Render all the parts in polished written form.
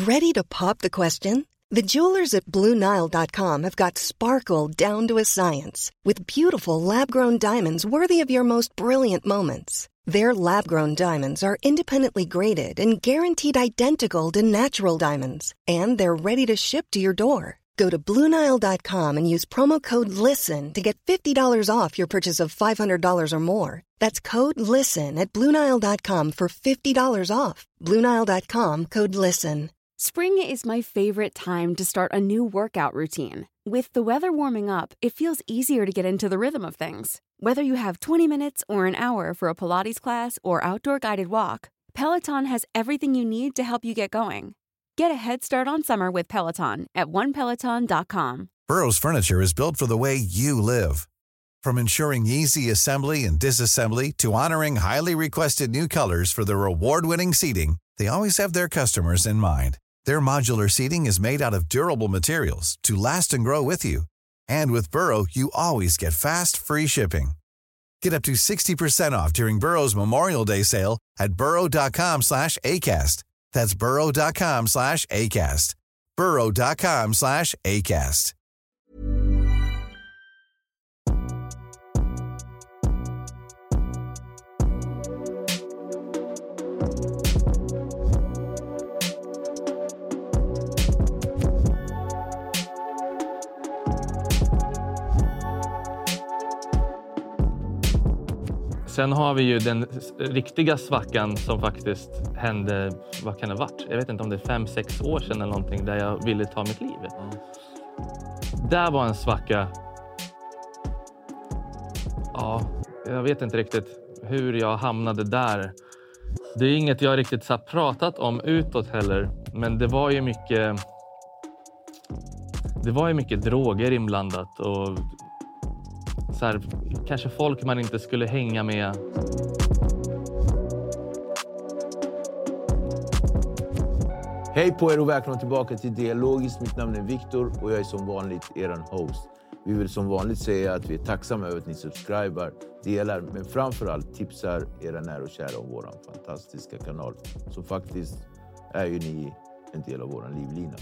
Ready to pop the question? The jewelers at BlueNile.com have got sparkle down to a science with beautiful lab-grown diamonds worthy of your most brilliant moments. Their lab-grown diamonds are independently graded and guaranteed identical to natural diamonds, and they're ready to ship to your door. Go to BlueNile.com and use promo code LISTEN to get $50 off your purchase of $500 or more. That's code LISTEN at BlueNile.com for $50 off. BlueNile.com, code LISTEN. Spring is my favorite time to start a new workout routine. With the weather warming up, it feels easier to get into the rhythm of things. Whether you have 20 minutes or an hour for a Pilates class or outdoor guided walk, Peloton has everything you need to help you get going. Get a head start on summer with Peloton at onepeloton.com. Burrow's furniture is built for the way you live. From ensuring easy assembly and disassembly to honoring highly requested new colors for their award-winning seating, they always have their customers in mind. Their modular seating is made out of durable materials to last and grow with you. And with Burrow, you always get fast, free shipping. Get up to 60% off during Burrow's Memorial Day sale at burrow.com/ACAST. That's burrow.com/ACAST. burrow.com/ACAST. Sen har vi ju den riktiga svackan som faktiskt hände, vad kan det ha varit? Jag vet inte om det är 5-6 år sedan eller någonting där jag ville ta mitt liv. Där var en svacka. Ja, jag vet inte riktigt hur jag hamnade där. Det är inget jag riktigt så pratat om utåt heller, men det var ju mycket droger inblandat och så här, kanske folk man inte skulle hänga med. Hej på er och välkomna tillbaka till Dialogiskt. Mitt namn är Viktor och jag är som vanligt eran host. Vi vill som vanligt säga att vi är tacksamma över att ni subscribar, delar, men framförallt tipsar era nära och kära om våran fantastiska kanal. Så faktiskt är ju ni en del av våran livlina.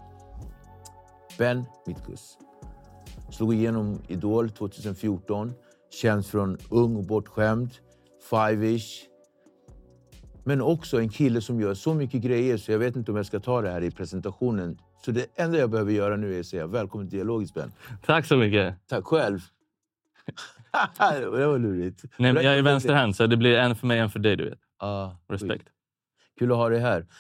Ben Mitkus slog igenom Idol 2014. Känns från ung och bortskämd, five-ish. Men också en kille som gör så mycket grejer så jag vet inte om jag ska ta det här i presentationen. Så det enda jag behöver göra nu är att säga välkommen till Dialogiskt, Ben. Tack så mycket. Tack själv. Det var lurigt. Nej, men jag är vänsterhand så det blir en för mig, en för dig, du vet. Respekt. Kul att ha dig här.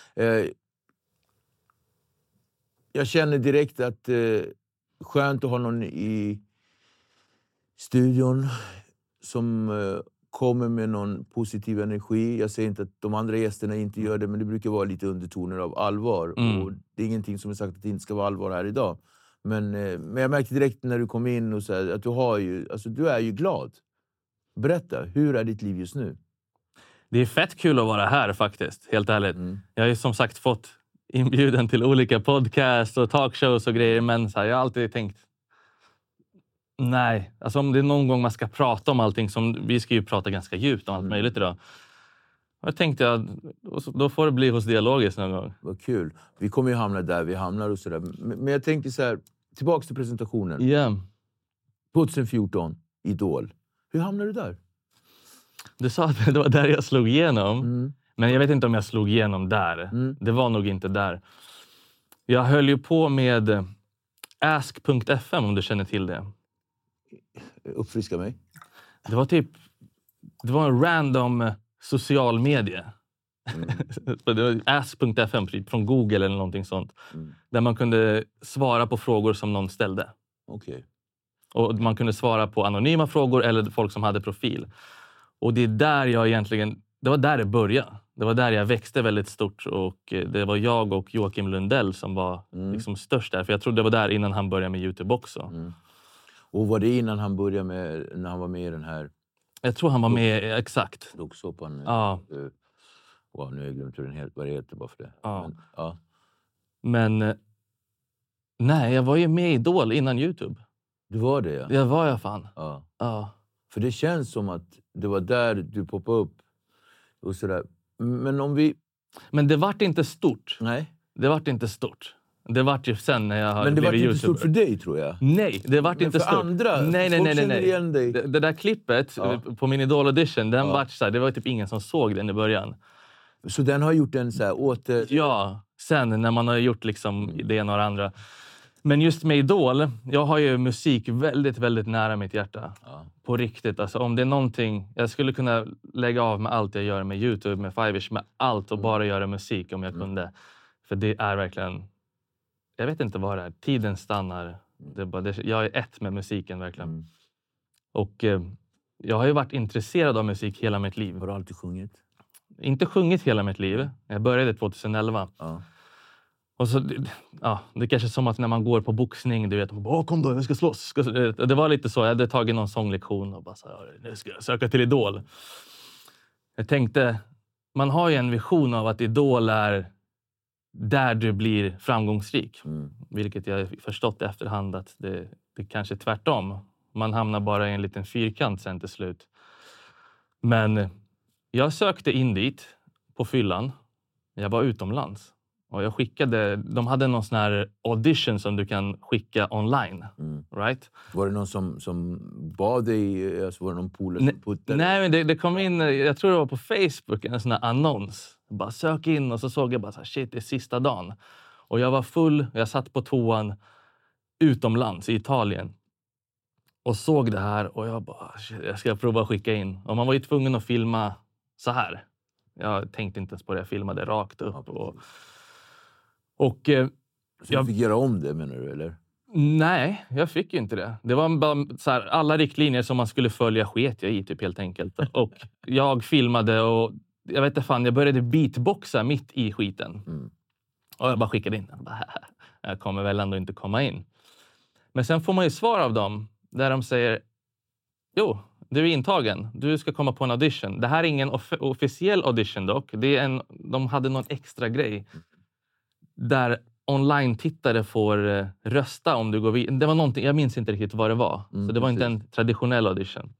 Jag känner direkt att skönt att ha någon i studion som kommer med någon positiv energi. Jag säger inte att de andra gästerna inte gör det, men det brukar vara lite undertoner av allvar. Och det är ingenting som är sagt att det inte ska vara allvar här idag. Men jag märkte direkt när du kom in och så här, att du är ju glad. Berätta, hur är ditt liv just nu? Det är fett kul att vara här faktiskt, helt ärligt. Jag har ju som sagt fått inbjuden till olika podcasts och talkshows och grejer, men så här, jag har alltid tänkt nej, alltså om det är någon gång man ska prata om allting, som vi ska ju prata ganska djupt om allt möjligt idag. Och jag tänkte då får det bli hos Dialogiskt någon gång. Vad kul. Vi kommer ju hamna där vi hamnar och sådär. Men jag tänker så här, tillbaka till presentationen. Yeah. 2014, Idol. Hur hamnade du där? Du sa att det var där jag slog igenom. Men jag vet inte om jag slog igenom där. Det var nog inte där. Jag höll ju på med ask.fm, om du känner till det. Uppfriska mig. Det var en random social media. Det var ask.fm från Google eller någonting sånt. Där man kunde svara på frågor som någon ställde. Okej. Och man kunde svara på anonyma frågor eller folk som hade profil. Och det är där det var där det började. Det var där jag växte väldigt stort och det var jag och Joakim Lundell som var liksom störst där. För jag trodde det var där innan han började med YouTube också. Och var det innan han började med, när han var med i den här? Jag tror han var med, exakt. Dokusåpan. Ja. Wow, nu har jag glömt hur den heter, vad det heter bara för det. Ja. Men nej, jag var ju med i Idol innan YouTube. Du var det, ja? Det var jag fan. Ja. För det känns som att det var där du poppade upp och sådär. Men det vart inte stort. Nej. Det vart inte stort. Det vart ju sen när jag Men det var blivit inte stort för dig, tror jag. Nej, det vart inte stort. Andra, nej. Det där klippet på min Idol-audition, den vart så här, det var typ ingen som såg den i början. Så den har gjort en så här åter... Ja, sen när man har gjort liksom det ena och det andra. Men just med Idol, jag har ju musik väldigt, väldigt nära mitt hjärta. Ja. På riktigt. Alltså, om det är någonting, jag skulle kunna lägga av med allt jag gör med YouTube, med Fiverr, med allt och bara göra musik om jag kunde. För det är verkligen, jag vet inte vad det är. Tiden stannar. Jag är ett med musiken verkligen. Och jag har ju varit intresserad av musik hela mitt liv. Har du alltid sjungit? Inte sjungit hela mitt liv. Jag började 2011. Ja. Och så, det är kanske som att när man går på boxning, du vet, kom då, jag ska slåss. Det var lite så, jag hade tagit någon sånglektion och bara så här, nu ska jag söka till Idol. Jag tänkte, man har ju en vision av att Idol är där du blir framgångsrik. Vilket jag har förstått i efterhand att det kanske är tvärtom. Man hamnar bara i en liten fyrkant sen till slut. Men jag sökte in dit på fyllan. Jag var utomlands. Och jag skickade, de hade någon sån här audition som du kan skicka online. Right? Var det någon som bad dig, alltså var det någon polare som puttade? Nej, men det kom in, jag tror det var på Facebook, en sån här annons. Bara sök in och så såg jag bara så här, shit, det är sista dagen. Och jag var full, jag satt på toan utomlands i Italien. Och såg det här och jag bara, shit, jag ska prova att skicka in. Och man var ju tvungen att filma så här. Jag tänkte inte ens på det, jag filmade rakt upp. Och så du fick göra om det, menar du, eller? Nej, jag fick ju inte det. Det var bara så här, alla riktlinjer som man skulle följa sket jag i typ helt enkelt. Och jag filmade och jag vet inte fan, jag började beatboxa mitt i skiten. Och jag bara skickade in. Jag kommer väl ändå inte komma in. Men sen får man ju svar av dem där de säger, jo, du är intagen. Du ska komma på en audition. Det här är ingen officiell audition dock. De hade någon extra grej. Där online-tittare får rösta om du går vidare. Det var någonting, jag minns inte riktigt vad det var. Så det var inte en traditionell audition.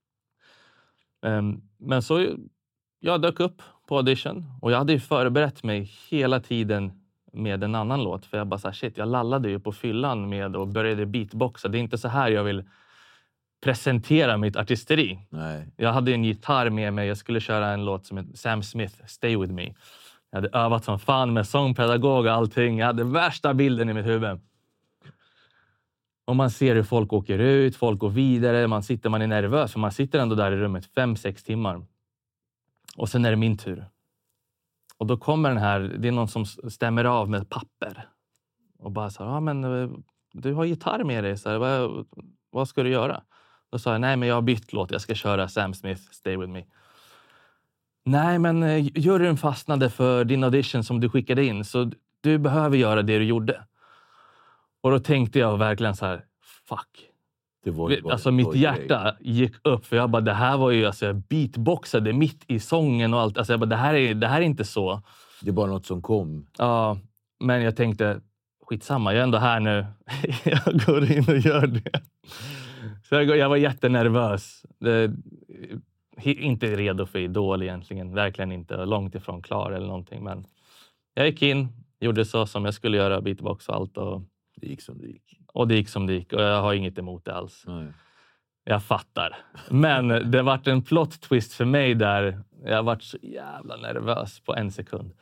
Men så jag dök upp på audition. Och jag hade ju förberett mig hela tiden med en annan låt. För jag bara så här, jag lallade ju på fyllan med och började beatboxa. Det är inte så här jag vill presentera mitt artisteri. Nej. Jag hade en gitarr med mig. Jag skulle köra en låt som heter Sam Smith, Stay With Me. Jag hade övat som fan med sångpedagog och allting. Jag hade värsta bilden i mitt huvud. Och man ser hur folk åker ut, folk går vidare. Man är nervös, för man sitter ändå där i rummet 5-6 timmar. Och sen är det min tur. Och då kommer den här, det är någon som stämmer av med papper. Och bara så här, men du har gitarr med dig. Så här, vad ska du göra? Då sa jag, nej men jag har bytt låt. Jag ska köra Sam Smith, Stay With Me. Nej, men juryn fastnade för din audition som du skickade in. Så du behöver göra det du gjorde. Och då tänkte jag verkligen så här, fuck. Alltså mitt hjärta gick upp. För jag bara, det här var ju, alltså jag beatboxade mitt i sången och allt. Alltså jag bara, det här är inte så. Det är bara något som kom. Ja, men jag tänkte, skitsamma, jag är ändå här nu. Jag går in och gör det. Så jag var jättenervös. Inte redo för Idol egentligen. Verkligen inte. Långt ifrån klar eller någonting. Men jag gick in. Gjorde så som jag skulle göra. Beatbox och allt. Och det gick som det gick. Och det gick som det gick. Och jag har inget emot det alls. Nej. Jag fattar. Men det vart en plot twist för mig där. Jag vart så jävla nervös på en sekund.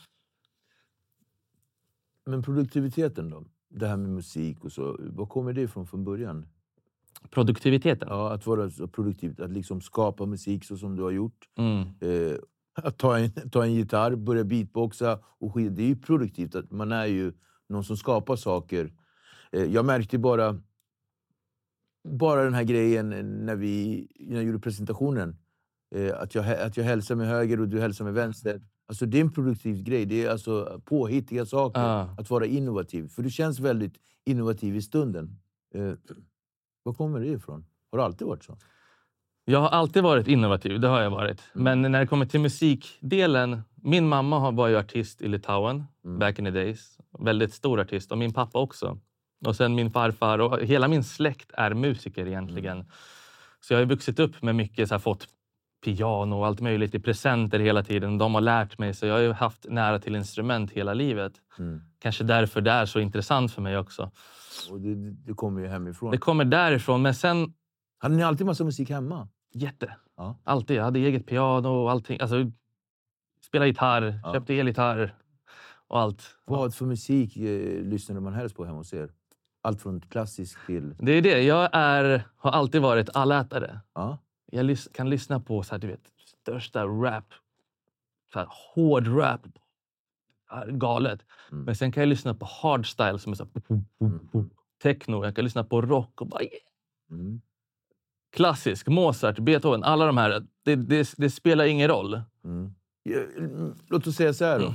Men produktiviteten då? Det här med musik och så. Vad kommer det ifrån från början? Produktiviteten? Ja, att vara så produktiv. Att liksom skapa musik så som du har gjort. Att ta en gitarr, börja beatboxa och skit. Det är ju produktivt. Att man är ju någon som skapar saker. Jag märkte bara den här grejen när jag gjorde presentationen. Att jag hälsar med höger och du hälsar med vänster. Alltså det är en produktiv grej. Det är alltså påhittiga saker. Att vara innovativ. För du känns väldigt innovativ i stunden. Var kommer det ifrån? Har du alltid varit så? Jag har alltid varit innovativ, det har jag varit. Men när det kommer till musikdelen, min mamma var ju artist i Litauen back in the days. Väldigt stor artist, och min pappa också. Och sen min farfar, och hela min släkt är musiker egentligen. Så jag har vuxit upp med mycket, så här, fått piano och allt möjligt i presenter hela tiden. De har lärt mig, så jag har ju haft nära till instrument hela livet. Kanske därför det är så intressant för mig också. Och det kommer ju hemifrån. Det kommer därifrån, men sen... Hade ni alltid massa musik hemma? Jätte. Ja. Alltid. Jag hade eget piano och allting. Alltså, spela gitarr, köpte elgitarr och allt. Vad för musik lyssnade man helst på hemma hos er? Allt från klassisk till... Det är det. Jag har alltid varit allätare. Ja. Jag kan lyssna på så här, du vet, största rap. Så här, hård rap. Galet. Men sen kan jag lyssna på hardstyle som är så här, techno. Jag kan lyssna på rock och bara... Klassisk, Mozart, Beethoven, alla de här. Det spelar ingen roll. Låt oss säga så här då.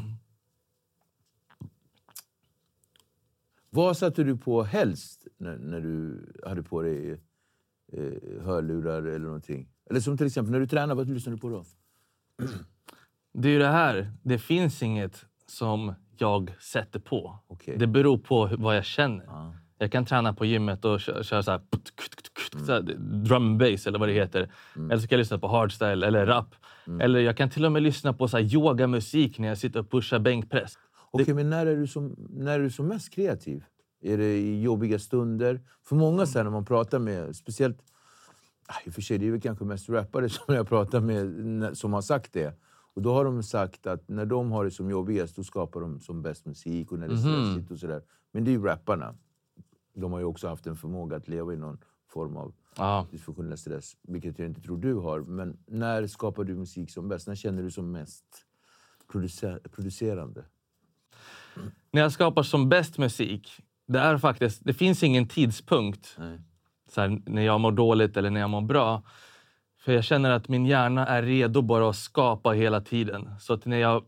Vad satte du på helst när du hade på dig hörlurar eller någonting? Eller som till exempel när du tränar, vad lyssnar du på då? Det är ju det här. Det finns inget som jag sätter på. Okay. Det beror på vad jag känner. Jag kan träna på gymmet och köra så här drum and bass eller vad det heter. Eller så kan jag lyssna på hardstyle eller rap. Eller jag kan till och med lyssna på så här yogamusik när jag sitter och pushar bänkpress. Okej, men när är du som mest kreativ? Är det i jobbiga stunder? För många sen när man pratar med, speciellt... I och för sig, det är väl kanske mest rappare som jag pratar med som har sagt det. Och då har de sagt att när de har det som jobbigast, då skapar de som bäst musik och när det är stressigt och sådär. Men det är ju rapparna. De har ju också haft en förmåga att leva i någon form av dysfunktionell stress. Vilket jag inte tror du har. Men när skapar du musik som bäst? När känner du som mest producerande? När jag skapar som bäst musik, det finns ingen tidspunkt. Nej. Så här, när jag mår dåligt eller när jag mår bra. För jag känner att min hjärna är redo bara att skapa hela tiden. Så att när jag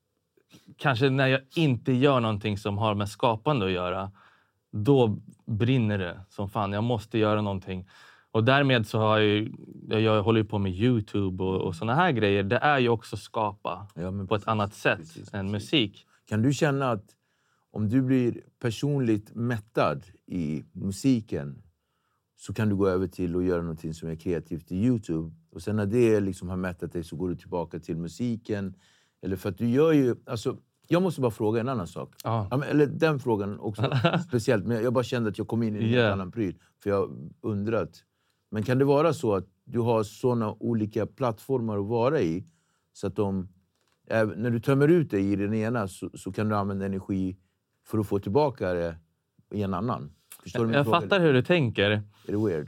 inte gör någonting som har med skapande att göra, då brinner det som fan. Jag måste göra någonting. Och därmed så har jag håller på med YouTube och såna här grejer. Det är ju också skapa på ett annat sätt än musik. Kan du känna att om du blir personligt mättad i musiken så kan du gå över till att göra någonting som är kreativt i YouTube. Och sen när det liksom har mättat dig så går du tillbaka till musiken. Eller för att du gör ju... Alltså, jag måste bara fråga en annan sak. Eller den frågan också speciellt. Men jag bara kände att jag kom in i en annan pryl. För jag undrat. Men kan det vara så att du har såna olika plattformar att vara i? Så att när du tömmer ut dig i den ena så kan du använda energi för att få tillbaka det i en annan. Förstår du min fråga? Fattar hur du tänker. Är det weird?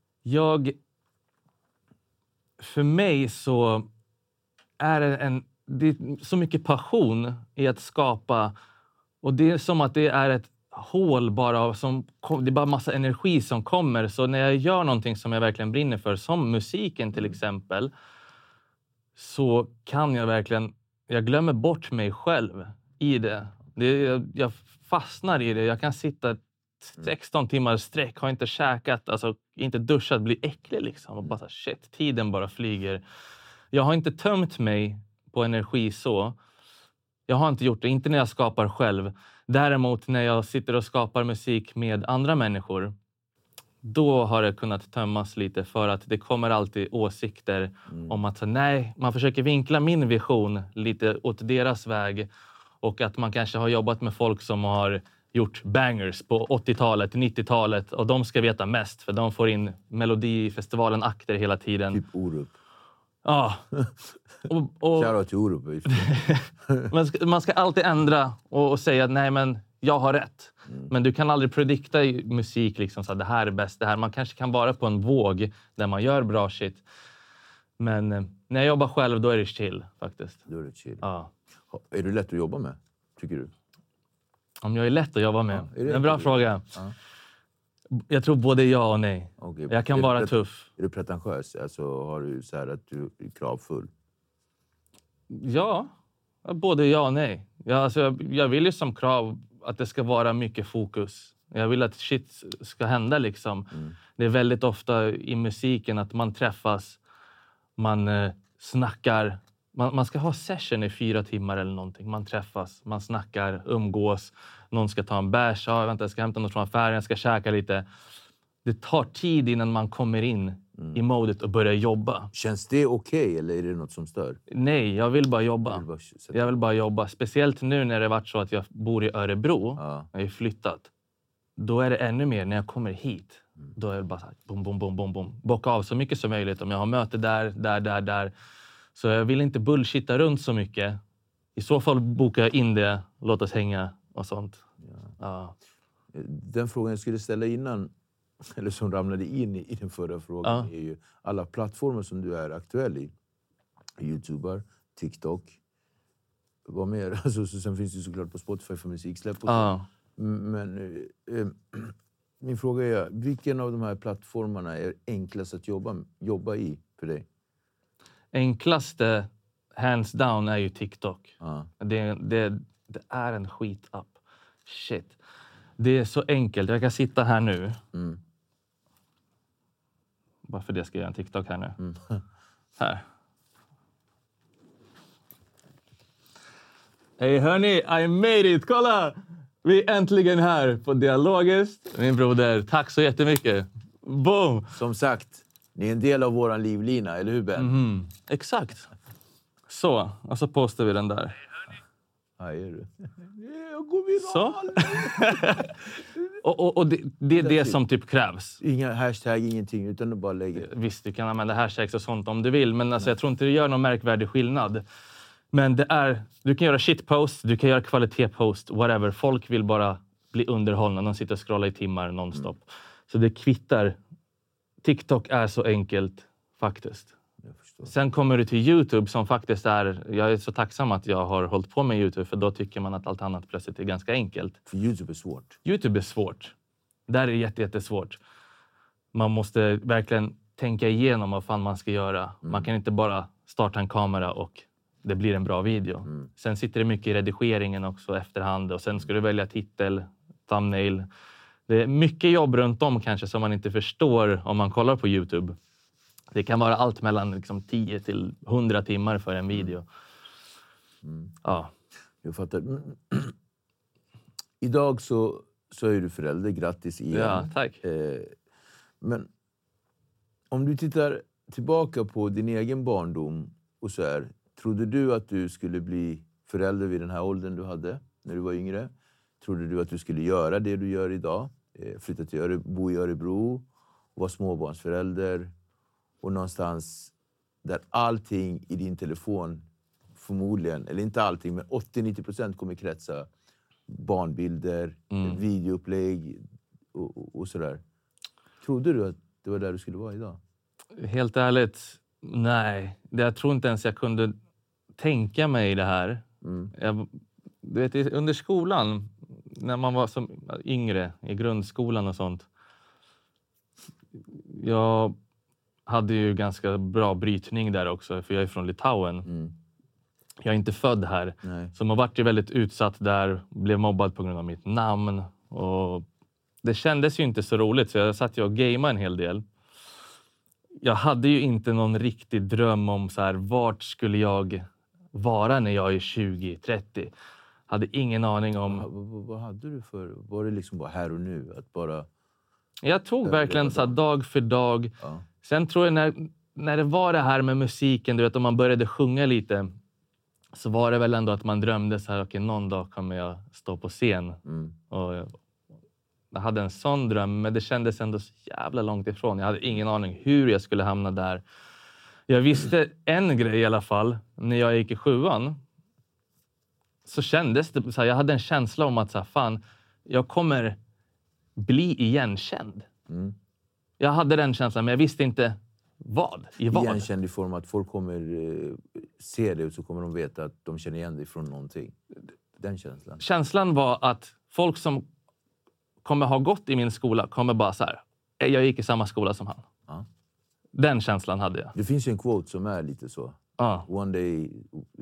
För mig så är det är så mycket passion i att skapa. Och det är som att det är ett hål bara. Det är bara massa energi som kommer. Så när jag gör någonting som jag verkligen brinner för, som musiken till exempel, så kan jag verkligen... Jag glömmer bort mig själv i det. Jag fastnar i det. Jag kan sitta 16 timmar sträck, har inte käkat, alltså inte duschat, blir äcklig liksom. Och bara shit, tiden bara flyger. Jag har inte tömt mig på energi så. Jag har inte gjort det, inte när jag skapar själv. Däremot när jag sitter och skapar musik med andra människor, då har det kunnat tömmas lite, för att det kommer alltid åsikter om att nej, man försöker vinkla min vision lite åt deras väg. Och att man kanske har jobbat med folk som har gjort bangers på 80-talet, 90-talet. Och de ska veta mest, för de får in Melodifestivalen akter hela tiden. Typ Orup. Ja. Shoutout till Orup. Man ska alltid ändra och säga att nej, men jag har rätt. Men du kan aldrig predikta i musik liksom, så att det här är bäst. Det här. Man kanske kan vara på en våg där man gör bra shit. Men när jag jobbar själv, då är det chill faktiskt. Då är det chill. Ja. Är du lätt att jobba med, tycker du? Om jag är lätt att jobba med? Ja, är det en bra fråga. Ja. Jag tror både ja och nej. Okay. Jag kan vara tuff. Är du pretentiös? Alltså har du så här att du är kravfull? Ja, både ja och nej. Jag vill ju som krav att det ska vara mycket fokus. Jag vill att shit ska hända liksom. Det är väldigt ofta i musiken att man träffas, man snackar. Man ska ha session i 4 timmar eller någonting. Man träffas, man snackar, umgås. Någon ska ta en bärs. Vänta, jag ska hämta något från affären, jag ska käka lite. det tar tid innan man kommer in i modet och börjar jobba. Känns det okej eller är det något som stör? Nej, jag vill bara jobba. Jag vill bara jobba. Speciellt nu när det varit så att jag bor i Örebro. Ja. Jag är flyttat. Då är det ännu mer när jag kommer hit. Då är det bara så här, bom, bom, bom, bom, bom. Bocka av så mycket som möjligt. Om jag har möte där. Så jag vill inte bullshitta runt så mycket. I så fall bokar jag in det. Låt oss hänga och sånt. Ja. Den frågan jag skulle ställa innan, eller som ramlade in i den förra frågan, är ju alla plattformar som du är aktuell i. YouTuber, TikTok. Vad mer? Alltså, sen finns det såklart på Spotify för musiksläpp och så. Men min fråga är, vilken av de här plattformarna är enklast att jobba i för dig? Enklaste, hands down, är ju TikTok. Det är en skitapp. Shit. Det är så enkelt. Jag kan sitta här nu. Bara för det ska jag göra en TikTok här nu. Här. Hej hörni, I made it! Kolla! Vi är äntligen här på Dialogiskt. Min broder, tack så jättemycket. Boom! Som sagt, ni är en del av våran livlina, eller hur Ben? Exakt. Så, och så postar vi den där. Här är du. Jag går viral! Och det är det som typ krävs. Inga hashtag, ingenting, utan du bara lägger. Visst, du kan använda hashtags och sånt om du vill. Men alltså, jag tror inte det gör någon märkvärdig skillnad. Men det är, du kan göra shitpost, du kan göra kvalitetspost, whatever. Folk vill bara bli underhållna. De sitter och scrollar i timmar nonstop. Så det kvittar. TikTok är så enkelt faktiskt. Sen kommer du till YouTube som faktiskt är... Jag är så tacksam att jag har hållit på med YouTube. För då tycker man att allt annat plötsligt är ganska enkelt. För YouTube är svårt. YouTube är svårt. Där är det jättesvårt. Man måste verkligen tänka igenom vad fan man ska göra. Man kan inte bara starta en kamera och det blir en bra video. Sen sitter det mycket i redigeringen också efterhand. Och sen ska du välja titel, thumbnail. Det är mycket jobb runt om kanske som man inte förstår om man kollar på YouTube. Det kan vara allt mellan liksom 10 till 100 timmar för en video. Ja. Jag fattar. Idag så är du förälder. Grattis igen. Ja, tack. Men om du tittar tillbaka på din egen barndom och så här. Trodde du att du skulle bli förälder vid den här åldern du hade när du var yngre? Trodde du att du skulle göra det du gör idag? Flytta till bo i Örebro, vara småbarnsförälder och någonstans där allting i din telefon förmodligen, eller inte allting, men 80-90% kommer kretsa barnbilder, videoupplägg och sådär. Trodde du att det var där du skulle vara idag? Helt ärligt, nej. Jag tror inte ens jag kunde tänka mig det här. Du vet, under skolan, när man var som yngre, i grundskolan och sånt. Jag hade ju ganska bra brytning där också, för jag är från Litauen. Jag är inte född här. Nej. Så man var ju väldigt utsatt där, blev mobbad på grund av mitt namn. Och det kändes ju inte så roligt, så jag satt ju och gamade en hel del. Jag hade ju inte någon riktig dröm om så här, vart skulle jag vara när jag är 20-30. Hade ingen aning om... Vad hade du för... Var det liksom bara här och nu? Att bara... Jag tog verkligen så här, dag för dag. Ja. Sen tror jag när det var det här med musiken, du vet, om man började sjunga lite, så var det väl ändå att man drömde så här, okej, någon dag kommer jag stå på scen. Och jag hade en sån dröm, men det kändes ändå så jävla långt ifrån. Jag hade ingen aning hur jag skulle hamna där. Jag visste en grej i alla fall. När jag gick i 7:an så kändes det så här, jag hade en känsla om att så här, fan, jag kommer bli igenkänd. Jag hade den känslan, men jag visste inte vad. Igenkänd i form att folk kommer se det och så kommer de veta att de känner igen dig från någonting. Den känslan. Känslan var att folk som kommer ha gått i min skola kommer bara så här, jag gick i samma skola som han. Ja. Den känslan hade jag. Det finns ju en quote som är lite så. One day.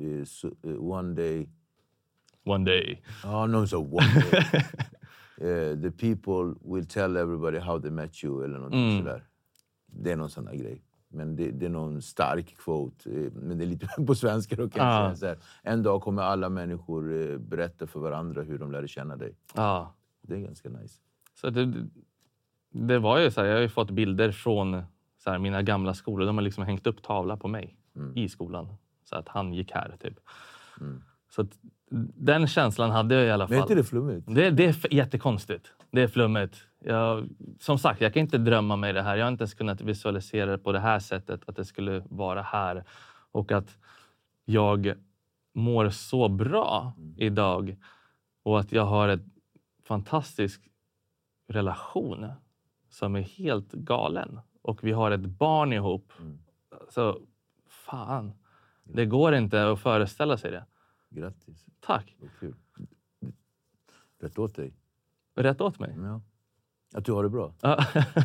No, so one day. The people will tell everybody how they met you eller något sådär. Det är någon sån här grej. Men det är någon stark quote. Men det är lite på svenska då kan jag säga så här. En dag kommer alla människor berätta för varandra hur de lärde känna dig. Ja. Det är ganska nice. Så det var ju så här, jag har ju fått bilder från så här, mina gamla skolor. De har liksom hängt upp tavla på mig i skolan. Så att han gick här typ. Så att, den känslan hade jag i alla fall. Men är inte det flummigt? Det är jättekonstigt. Det är flummigt. Som sagt, jag kan inte drömma mig det här. Jag har inte ens kunnat visualisera det på det här sättet. Att det skulle vara här. Och att jag mår så bra idag. Och att jag har en fantastisk relation som är helt galen. Och vi har ett barn ihop. Så fan, det går inte att föreställa sig det. Grattis. Tack. Kul. Rätt åt dig. Rätt åt mig? Ja. Att du har det bra. Ja.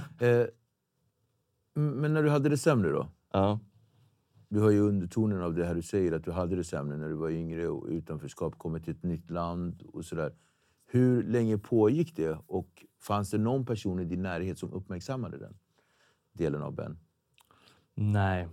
Men när du hade det sämre då? Ja. Du har ju undertonen av det här du säger, att du hade det sämre när du var yngre och utanförskap, kommit till ett nytt land och sådär. Hur länge pågick det och fanns det någon person i din närhet som uppmärksammade den delen av Ben? Nej.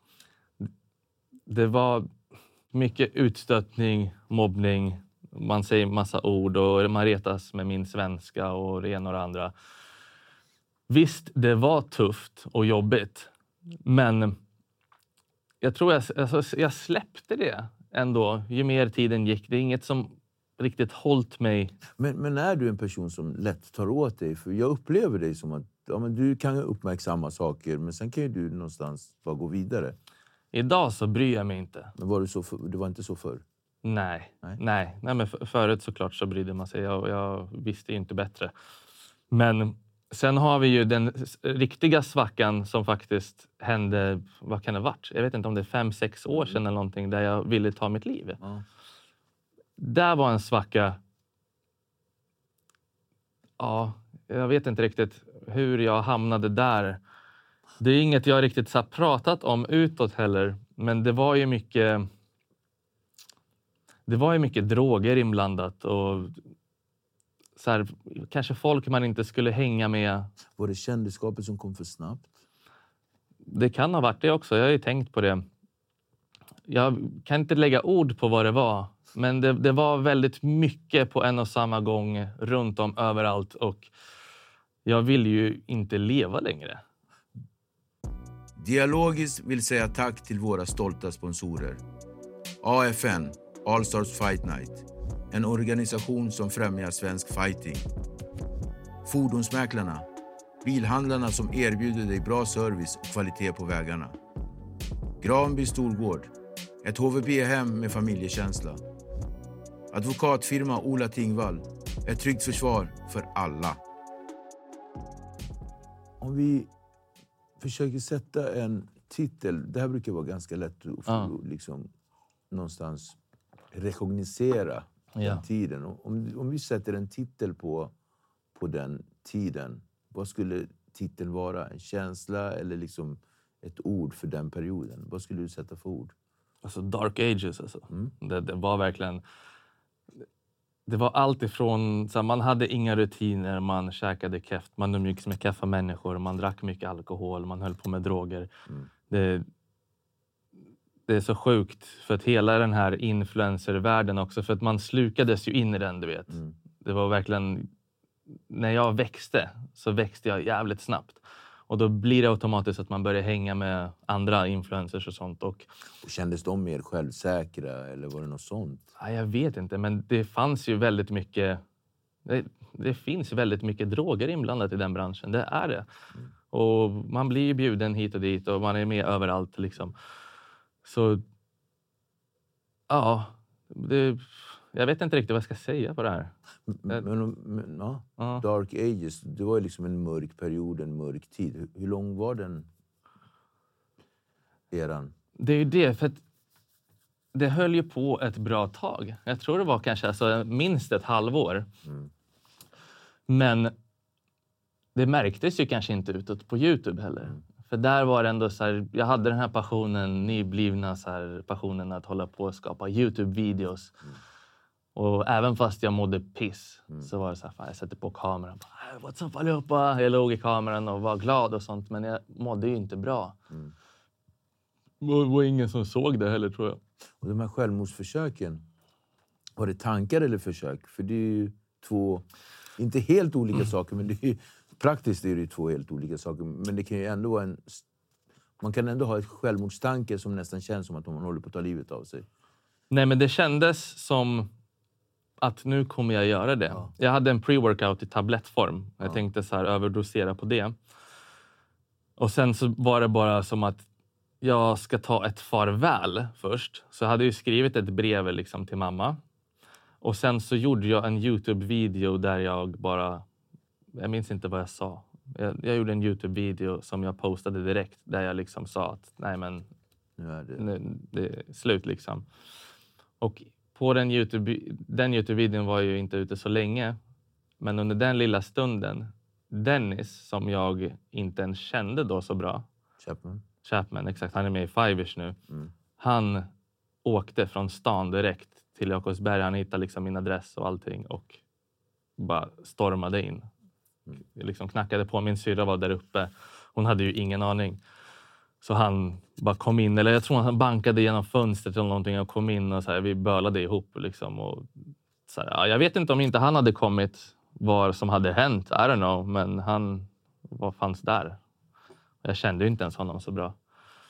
Det var mycket utstötning, mobbning. Man säger massa ord och man retas med min svenska och det ena och det andra. Visst, det var tufft och jobbigt. Men jag tror jag släppte det ändå ju mer tiden gick. Det är inget som riktigt hållit mig. Men är du en person som lätt tar åt dig? För jag upplever dig som att men du kan uppmärksamma saker, men sen kan ju du någonstans bara gå vidare. Idag så bryr jag mig inte. Men det var inte så förr? Nej, men förut såklart så brydde man sig. Jag visste ju inte bättre. Men sen har vi ju den riktiga svackan som faktiskt hände, vad kan det ha varit? Jag vet inte om det är 5-6 år sedan eller någonting, där jag ville ta mitt liv. Där var en svacka. Ja, jag vet inte riktigt hur jag hamnade där. Det är inget jag riktigt så pratat om utåt heller. Men det var ju mycket droger inblandat. Och så här, kanske folk man inte skulle hänga med. Var det kändisskapet som kom för snabbt? Det kan ha varit det också. Jag har ju tänkt på det. Jag kan inte lägga ord på vad det var. Men det var väldigt mycket på en och samma gång. Runt om överallt. Och jag vill ju inte leva längre. Dialogiskt vill säga tack till våra stolta sponsorer. AFN, All Stars Fight Night. En organisation som främjar svensk fighting. Fordonsmäklarna. Bilhandlarna som erbjuder dig bra service och kvalitet på vägarna. Granby Storgård. Ett HVB-hem med familjekänsla. Advokatfirma Ola Tingvall. Ett tryggt försvar för alla. Om vi försöker sätta en titel. Det här brukar vara ganska lätt att liksom, någonstans rekognosera den tiden. Om vi sätter en titel på den tiden. Vad skulle titeln vara? En känsla eller liksom ett ord för den perioden? Vad skulle du sätta för ord? Alltså Dark Ages alltså. Det var verkligen... Det var allt ifrån... Så man hade inga rutiner, man käkade keft, man umgicks med kaffa människor, man drack mycket alkohol, man höll på med droger. Det är så sjukt för att hela den här influencervärlden också, för att man slukades ju in i den, du vet. Det var verkligen... När jag växte så växte jag jävligt snabbt. Och då blir det automatiskt att man börjar hänga med andra influencers och sånt. Och kändes de mer självsäkra eller var det något sånt? Ja, jag vet inte, men det fanns ju väldigt mycket... Det finns väldigt mycket droger inblandat i den branschen, det är det. Och man blir ju bjuden hit och dit och man är med överallt liksom. Så ja, jag vet inte riktigt vad jag ska säga på det här. Dark Ages, det var ju liksom en mörk period, en mörk tid. Hur lång var den eran? Det är ju det, för att det höll ju på ett bra tag. Jag tror det var kanske minst ett halvår. Men det märktes ju kanske inte utåt på YouTube heller. För där var det ändå så här, jag hade den här passionen, nyblivna så här, passionen att hålla på och skapa YouTube-videos. Och även fast jag mådde piss så var det så här, fan, jag sätter på kameran. What's up allihopa? Jag låg i kameran och var glad och sånt, men jag mådde ju inte bra. Det var ingen som såg det heller, tror jag. Och de här självmordsförsöken, var det tankar eller försök? För det är ju två, inte helt olika saker, men det är ju Praktiskt är det 2 helt olika saker. Men det kan ju ändå vara man kan ändå ha ett självmordstanke som nästan känns som att man håller på att ta livet av sig. Nej, men det kändes som att nu kommer jag göra det. Ja. Jag hade en pre-workout i tablettform. Jag tänkte så här överdosera på det. Och sen så var det bara som att jag ska ta ett farväl först. Så jag hade ju skrivit ett brev liksom till mamma. Och sen så gjorde jag en YouTube-video där jag bara... Jag minns inte vad jag sa. Jag gjorde en YouTube-video som jag postade direkt. Där jag liksom sa att nej men... Nu det är slut liksom. Och på den YouTube-videon var ju inte ute så länge. Men under den lilla stunden... Dennis, som jag inte ens kände då så bra. Chapman, exakt. Han är med i Five-ish nu. Han åkte från stan direkt till Jakobsberg. Han hittade liksom min adress och allting. Och bara stormade in. Liksom knackade på. Min syrra var där uppe. Hon hade ju ingen aning. Så han bara kom in. Eller jag tror att han bankade genom fönstret eller någonting. Och kom in och så här, vi bölade ihop. Liksom, och så här, ja, jag vet inte om inte han hade kommit... Vad som hade hänt, I don't know. Men han fanns där. Jag kände ju inte ens honom så bra.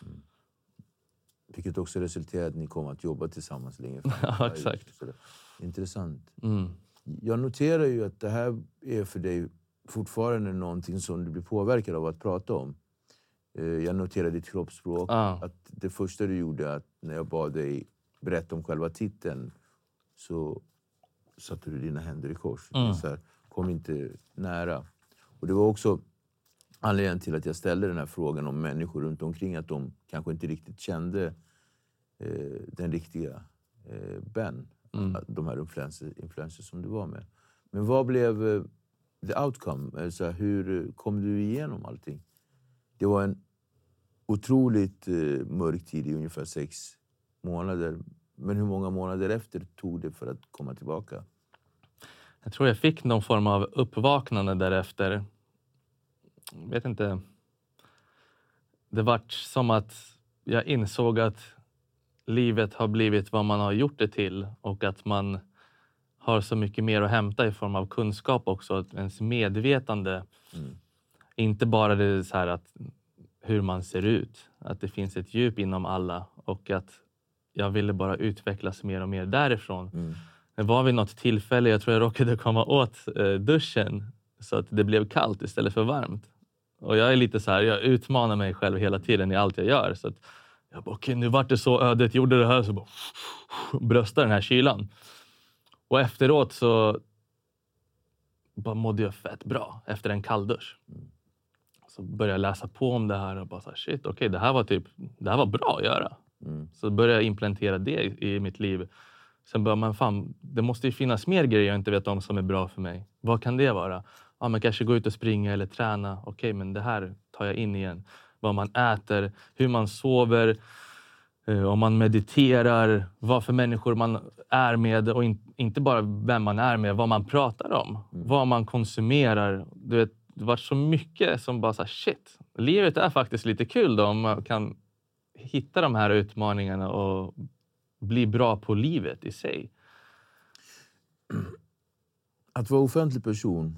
Vilket också resulterade att ni kom att jobba tillsammans länge. Ja, exakt. Intressant. Jag noterar ju att det här är för dig fortfarande någonting som du blir påverkad av att prata om. Jag noterade ditt kroppsspråk. Att det första du gjorde, att när jag bad dig berätta om själva titeln, så satte du dina händer i kors. Så här, kom inte nära. Och det var också anledningen till att jag ställde den här frågan om människor runt omkring. Att de kanske inte riktigt kände den riktiga Ben. De här influencers som du var med. Men vad blev the outcome? Alltså, hur kom du igenom allting? Det var en otroligt mörk tid i ungefär 6 månader. Men hur många månader efter tog det för att komma tillbaka? Jag tror jag fick någon form av uppvaknande därefter. Jag vet inte. Det var som att jag insåg att livet har blivit vad man har gjort det till. Och att man har så mycket mer att hämta i form av kunskap också. Att ens medvetande. Inte bara det så här att hur man ser ut. Att det finns ett djup inom alla. Och att jag ville bara utvecklas mer och mer därifrån. Det var vid något tillfälle, jag tror jag råkade komma åt duschen. Så att det blev kallt istället för varmt. Och jag är lite så här, jag utmanar mig själv hela tiden i allt jag gör. Så att jag bara, okej, nu vart det så ödet, gjorde det här, så bara bröstar den här kylan. Och efteråt så bara mådde jag fett bra efter en kalldusch. Så började jag läsa på om det här och bara så här, shit, okej, det här var bra att göra. Så började jag implementera det i mitt liv. Sen började man, fan, det måste ju finnas mer grejer jag inte vet om som är bra för mig. Vad kan det vara? Ja, man kanske gå ut och springa eller träna. Okej, men det här tar jag in igen. Vad man äter, hur man sover, om man mediterar, vad för människor man är med. Och inte bara vem man är med, vad man pratar om. Vad man konsumerar. Du vet, det var så mycket som bara så här, shit. Livet är faktiskt lite kul då, om man kan hitta de här utmaningarna och bli bra på livet i sig. Att vara offentlig person,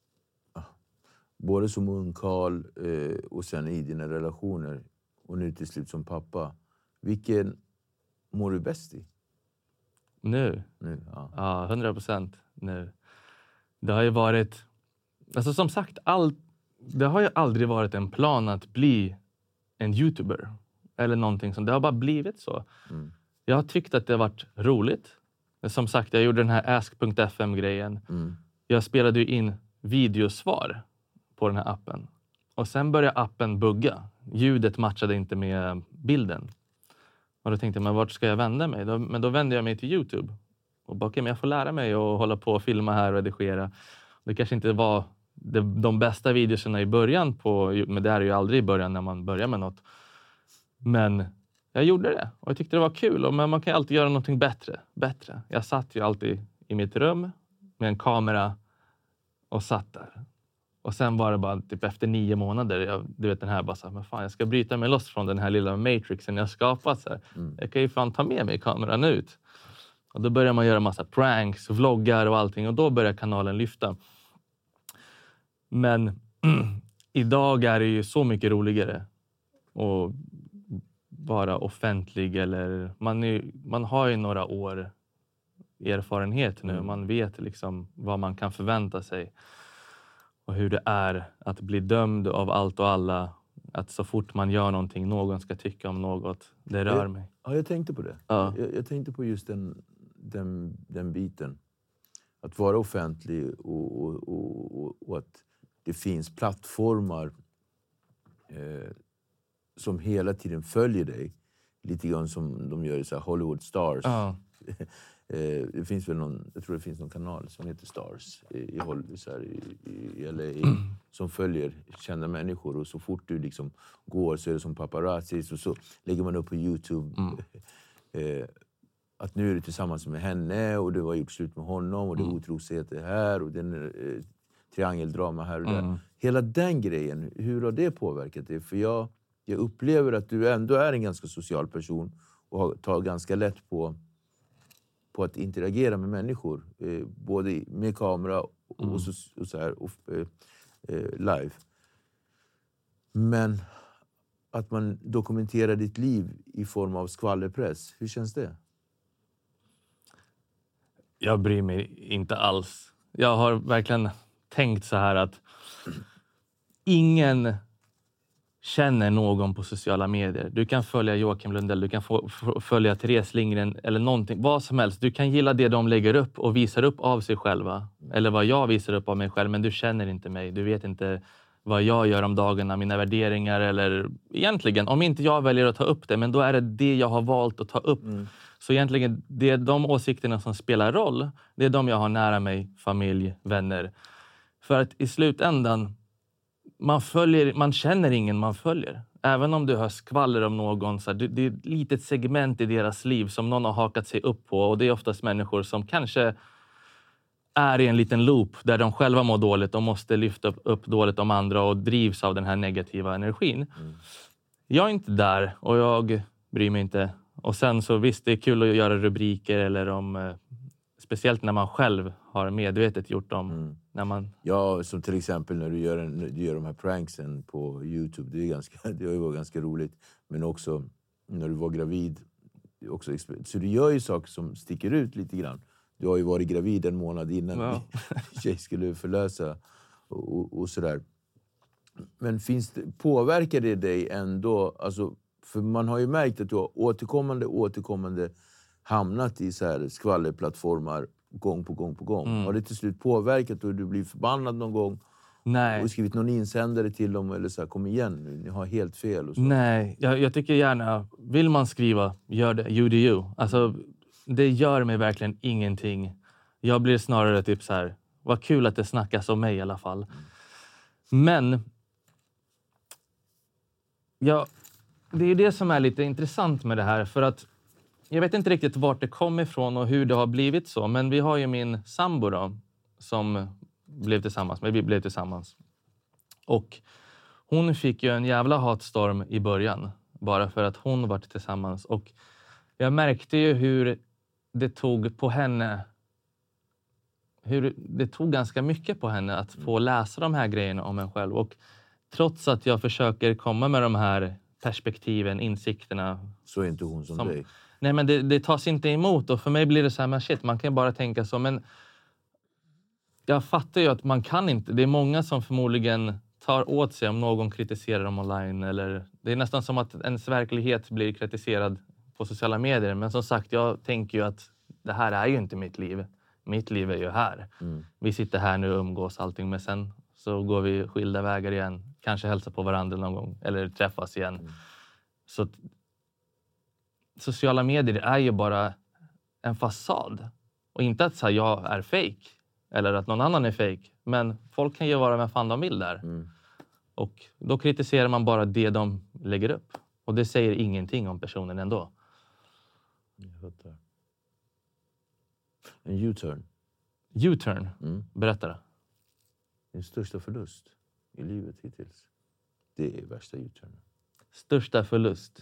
både som ungkarl och sen i dina relationer och nu till slut som pappa. Vilken mår du bäst i? Nu? Ja, 100% nu. Det har ju varit... Alltså som sagt, det har ju aldrig varit en plan att bli en YouTuber. Eller någonting som. Det har bara blivit så. Jag har tyckt att det har varit roligt. Som sagt, jag gjorde den här ask.fm-grejen. Jag spelade ju in videosvar på den här appen. Och sen började appen bugga. Ljudet matchade inte med bilden. Och då tänkte jag, men vart ska jag vända mig? Men då vände jag mig till YouTube. Och bara, okej, men jag får lära mig att hålla på och filma här och redigera. Det kanske inte var de bästa videorna i början men det är ju aldrig i början när man börjar med något. Men jag gjorde det och jag tyckte det var kul. Men man kan alltid göra någonting bättre. Jag satt ju alltid i mitt rum med en kamera och satt där. Och sen var det bara typ efter 9 månader. Du vet den här bara så här, men fan jag ska bryta mig loss från den här lilla matrixen jag skapat. Så här. Jag kan ju fan ta med mig kameran ut. Och då börjar man göra massa pranks, vloggar och allting. Och då börjar kanalen lyfta. Men Idag är det ju så mycket roligare att vara offentlig. Eller man har ju några år erfarenhet nu. Man vet liksom vad man kan förvänta sig. Och hur det är att bli dömd av allt och alla. Att så fort man gör någonting, någon ska tycka om något. Det rör mig. Ja, jag tänkte på det. Ja. Jag tänkte på just den biten. Att vara offentlig och att det finns plattformar som hela tiden följer dig. Lite grann som de gör i så här Hollywood Stars. Ja. Det finns väl jag tror det finns någon kanal som heter Stars i Hollywood, så här, i LA, som följer kända människor. Och så fort du liksom går så är det som paparazzi. Så lägger man upp på YouTube att nu är du tillsammans med henne och du har gjort slut med honom och det är otroligheter här och den är triangeldrama här och där. Hela den grejen, hur har det påverkat dig? För jag upplever att du ändå är en ganska social person och tar ganska lätt på att interagera med människor. Både med kamera och så här, live. Men att man dokumenterar ditt liv i form av skvallerpress. Hur känns det? Jag bryr mig inte alls. Jag har verkligen tänkt så här att ingen känner någon på sociala medier. Du kan följa Joakim Lundell, du kan följa Therese Lindgren eller någonting, vad som helst. Du kan gilla det de lägger upp och visar upp av sig själva. Eller vad jag visar upp av mig själv, men du känner inte mig. Du vet inte vad jag gör om dagarna, mina värderingar eller egentligen, om inte jag väljer att ta upp det, men då är det jag har valt att ta upp. Så egentligen, det är de åsikterna som spelar roll. Det är de jag har nära mig, familj, vänner. För att i slutändan, man känner ingen man följer. Även om du hör skvaller om någon, så det är ett litet segment i deras liv som någon har hakat sig upp på. Och det är oftast människor som kanske är i en liten loop där de själva mår dåligt och måste lyfta upp dåligt om andra och drivs av den här negativa energin. Jag är inte där och jag bryr mig inte. Och sen så visst, det är kul att göra rubriker eller om... Speciellt när man själv har medvetet gjort dem. När man... Ja, som till exempel när du gör de här pranksen på YouTube. Det har ju varit ganska roligt. Men också när du var gravid. Så du gör ju saker som sticker ut lite grann. Du har ju varit gravid en månad innan tjej skulle förlösa. Och sådär. Men påverkar det dig ändå? Alltså, för man har ju märkt att du har återkommande hamnat i så här skvallerplattformar gång på gång. Har det till slut påverkat och du blir förbannad någon gång? Nej. Och skrivit någon insändare till dem eller så här, kom igen nu, ni har helt fel. Och så. Nej, jag tycker gärna, vill man skriva, gör det, you do you. Alltså, det gör mig verkligen ingenting. Jag blir snarare typ så här, vad kul att det snackas om mig i alla fall. Men, det är ju det som är lite intressant med det här, för att jag vet inte riktigt vart det kom ifrån och hur det har blivit så. Men vi har ju min sambo då, som vi blev tillsammans. Och hon fick ju en jävla hatstorm i början. Bara för att hon var tillsammans. Och jag märkte ju hur det tog på henne. Hur det tog ganska mycket på henne att få läsa de här grejerna om en själv. Och trots att jag försöker komma med de här perspektiven, insikterna. Så är inte hon som dig. Nej, men det tas inte emot. Och för mig blir det så här, men shit, man kan bara tänka så. Men jag fattar ju att man kan inte. Det är många som förmodligen tar åt sig om någon kritiserar dem online. Eller, det är nästan som att ens verklighet blir kritiserad på sociala medier. Men som sagt, jag tänker ju att det här är ju inte mitt liv. Mitt liv är ju här. Vi sitter här nu och umgås allting. Men sen så går vi skilda vägar igen. Kanske hälsa på varandra någon gång. Eller träffas igen. Så sociala medier är ju bara en fasad. Och inte att så här, jag är fake. Eller att någon annan är fake. Men folk kan ju vara med fan de vill där. Och då kritiserar man bara det de lägger upp. Och det säger ingenting om personen ändå. Jag fattar. En U-turn. U-turn? Berätta det. Din största förlust i livet hittills. Det är värsta U-turnen. Största förlust?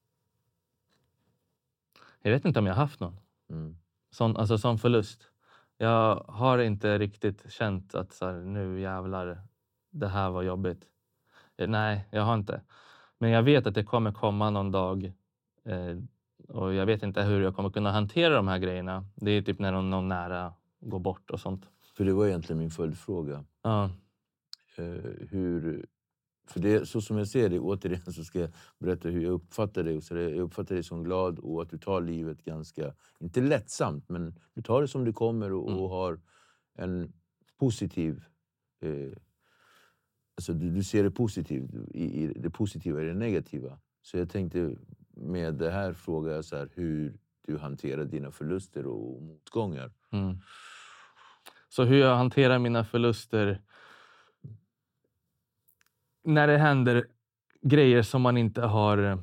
Jag vet inte om jag har haft någon. Sån förlust. Jag har inte riktigt känt att så här, nu jävlar, det här var jobbigt. Nej, jag har inte. Men jag vet att det kommer komma någon dag. Och jag vet inte hur jag kommer kunna hantera de här grejerna. Det är typ när någon nära går bort och sånt. För det var egentligen min följdfråga. Ja. För det, så som jag ser det, återigen så ska jag berätta hur jag uppfattar det. Så jag uppfattar dig som glad och att du tar livet ganska, inte lättsamt, men du tar det som det kommer och har en positiv... alltså du ser det positivt, i det positiva i det negativa. Så jag tänkte med det här fråga jag så här, hur du hanterar dina förluster och motgångar. Mm. Så hur jag hanterar mina förluster när det händer grejer som man inte har...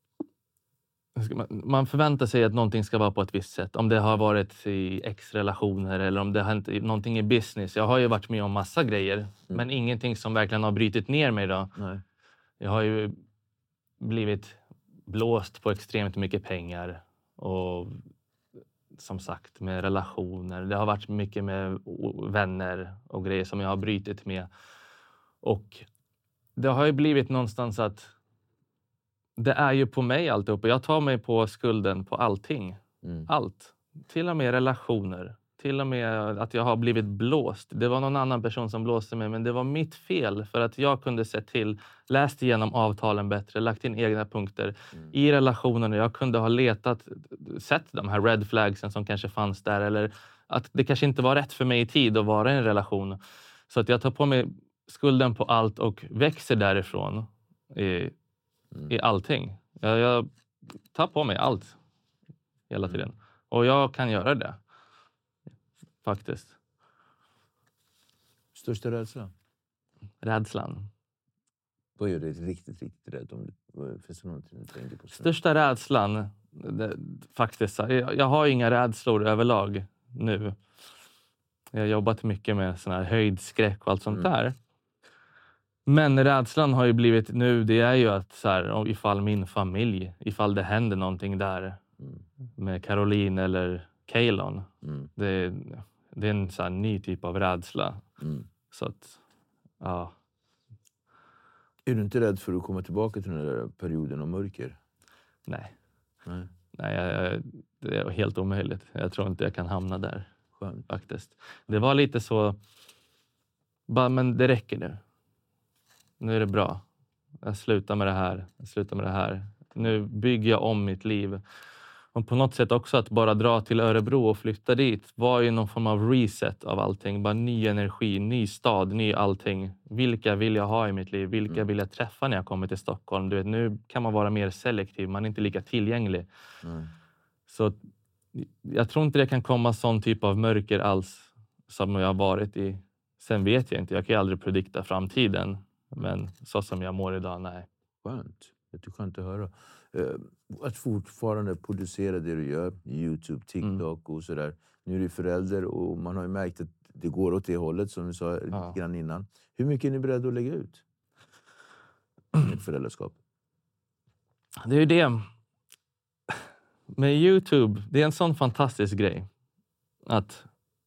Man förväntar sig att någonting ska vara på ett visst sätt. Om det har varit i ex-relationer eller om det har hänt någonting i business. Jag har ju varit med om massa grejer. Men ingenting som verkligen har brytit ner mig då. Nej. Jag har ju blivit blåst på extremt mycket pengar. Och som sagt med relationer. Det har varit mycket med vänner och grejer som jag har brytit med. Och det har ju blivit någonstans att det är ju på mig alltihop. Jag tar mig på skulden på allting. Allt. Till och med relationer. Till och med att jag har blivit blåst. Det var någon annan person som blåste mig. Men det var mitt fel. För att jag kunde se till. Läst igenom avtalen bättre. Lagt in egna punkter. I relationen. Jag kunde ha sett de här red flagsen som kanske fanns där. Eller att det kanske inte var rätt för mig i tid att vara i en relation. Så att jag tar på mig skulden på allt. Och växer därifrån. I allting. Jag tar på mig allt. Hela tiden. Och jag kan göra det. Faktiskt. Största rädsla? Rädslan. Vad gör dig riktigt rädd? Finns det någonting du tänker på? Största rädslan. Faktiskt. Jag har inga rädslor överlag nu. Jag har jobbat mycket med sån här höjdskräck och allt sånt där. Men rädslan har ju blivit nu, det är ju att så här, ifall min familj, ifall det händer någonting där med Caroline eller Kaelon. Det är en så här ny typ av rädsla. Så att, ja. Är du inte rädd för att komma tillbaka till den där perioden av mörker? Nej, det är helt omöjligt. Jag tror inte jag kan hamna där. Skönt. Faktiskt. Det var lite så, men det räcker nu. Nu är det bra. Jag slutar med det här. Nu bygger jag om mitt liv. Och på något sätt också att bara dra till Örebro och flytta dit var ju någon form av reset av allting. Bara ny energi, ny stad, ny allting. Vilka vill jag ha i mitt liv? Vilka vill jag träffa när jag kommer till Stockholm? Du vet, nu kan man vara mer selektiv. Man är inte lika tillgänglig. Så jag tror inte det kan komma sån typ av mörker alls som jag har varit i. Sen vet jag inte. Jag kan ju aldrig predikta framtiden. Men så som jag mår idag, nej. Skönt. Det är skönt att höra. Att fortfarande producera det du gör. YouTube, TikTok och sådär. Nu är du förälder och man har ju märkt att det går åt det hållet som vi sa lite grann innan. Hur mycket är ni beredda att lägga ut? Med föräldraskap. Det är ju det. Med YouTube, det är en sån fantastisk grej. Att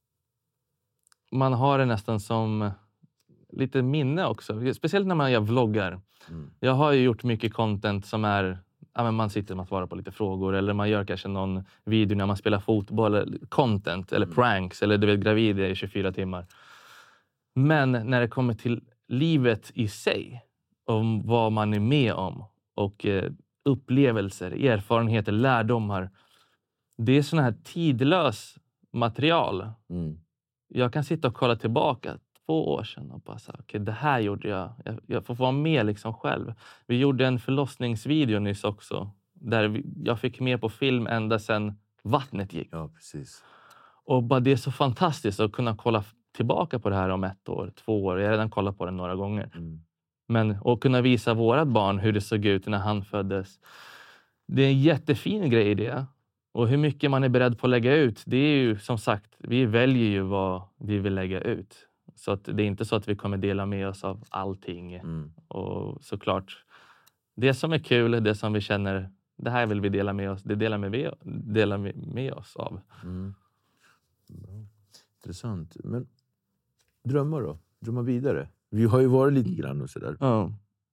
man har det nästan som lite minne också. Speciellt när man gör vloggar. Jag har ju gjort mycket content som är... Ja, men man sitter och svarar på lite frågor. Eller man gör kanske någon video när man spelar fotboll. Eller content eller pranks. Eller du vet, gravid i 24 timmar. Men när det kommer till livet i sig. Om vad man är med om. Och upplevelser, erfarenheter, lärdomar. Det är sån här tidlös material. Jag kan sitta och kolla tillbaka 2 år sedan och bara säga, okej, det här gjorde jag. Jag får vara med liksom själv. Vi gjorde en förlossningsvideo nyss också. Där jag fick med på film ända sedan vattnet gick. Ja, precis. Och bara det är så fantastiskt att kunna kolla tillbaka på det här om 1 år, 2 år. Jag har redan kollat på det några gånger. Men att kunna visa vårat barn hur det såg ut när han föddes. Det är en jättefin grej i det. Och hur mycket man är beredd på att lägga ut. Det är ju som sagt, vi väljer ju vad vi vill lägga ut. Så att det är inte så att vi kommer dela med oss av allting. Och såklart, det som är kul, det som vi känner, det här vill vi dela med oss. Det delar med oss av. Intressant. Men drömmar då? Drömmar vidare? Vi har ju varit lite grann och sådär. Ja.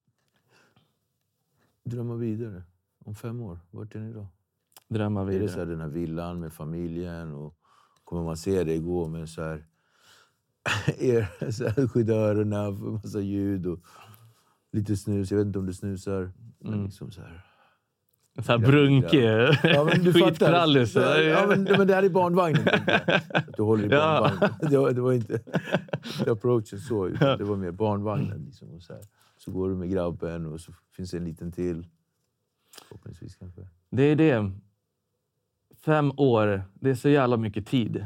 Drömmar vidare. Om 5 år, vart är ni då? Drömmar vidare. Är det så här den här villan med familjen? Och kommer man se det igår med så här... så här skydda öronen, massa ljud och lite snus. Jag vet inte om du snusar. Men liksom så här... Så här brunke. Ja, men du skitkrallis. Ja, men det här är barnvagnen. Att du håller i barnvagnen. Det var inte approachen så. Utan det var mer barnvagnen. Liksom, och så går du med grabben och så finns det en liten till. Förhoppningsvis kanske. Det är det. 5 år. Det är så jävla mycket tid.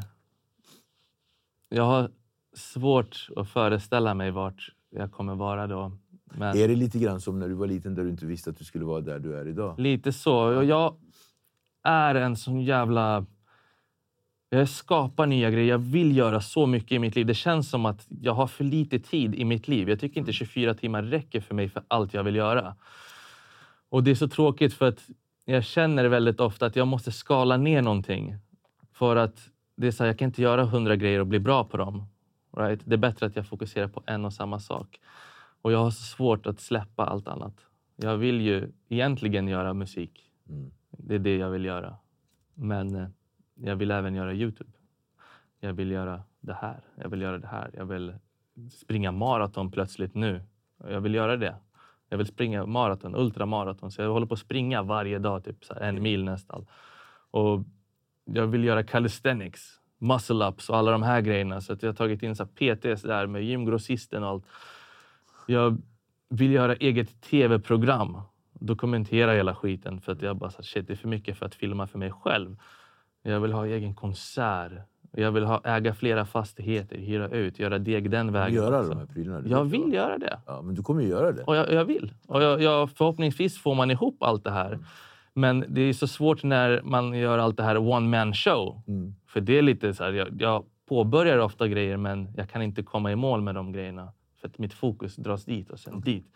Jag har svårt att föreställa mig vart jag kommer vara då. Men är det lite grann som när du var liten där du inte visste att du skulle vara där du är idag? lite så. Och jag är en sån jävla... Jag skapar nya grejer. Jag vill göra så mycket i mitt liv. Det känns som att jag har för lite tid i mitt liv. Jag tycker inte 24 timmar räcker för mig för allt jag vill göra. Och det är så tråkigt för att jag känner väldigt ofta att jag måste skala ner någonting. För att det är så här, jag kan inte göra 100 grejer och bli bra på dem. Right? Det är bättre att jag fokuserar på en och samma sak. Och jag har så svårt att släppa allt annat. Jag vill ju egentligen göra musik. Det är det jag vill göra. Men jag vill även göra YouTube. Jag vill göra det här. Jag vill göra det här. Jag vill springa maraton plötsligt nu. Jag vill göra det. Jag vill springa maraton, ultramaraton. Så jag håller på att springa varje dag, typ så här 1 mil nästan. Och jag vill göra calisthenics, muscle-ups och alla de här grejerna. Så att jag har tagit in så här PTs där med gymgrossisten och allt. Jag vill göra eget tv-program. Dokumentera hela skiten. För att jag bara shit, det är för mycket för att filma för mig själv. Jag vill ha egen konsert. Jag vill äga flera fastigheter, hyra ut, göra deg den vägen. Göra de här prylarna. Jag vill göra det. Ja, men du kommer ju göra det. Och jag vill. Och jag förhoppningsvis får man ihop allt det här. Men det är så svårt när man gör allt det här one-man show. För det är lite så här, jag påbörjar ofta grejer men jag kan inte komma i mål med de grejerna. För att mitt fokus dras dit och sen dit.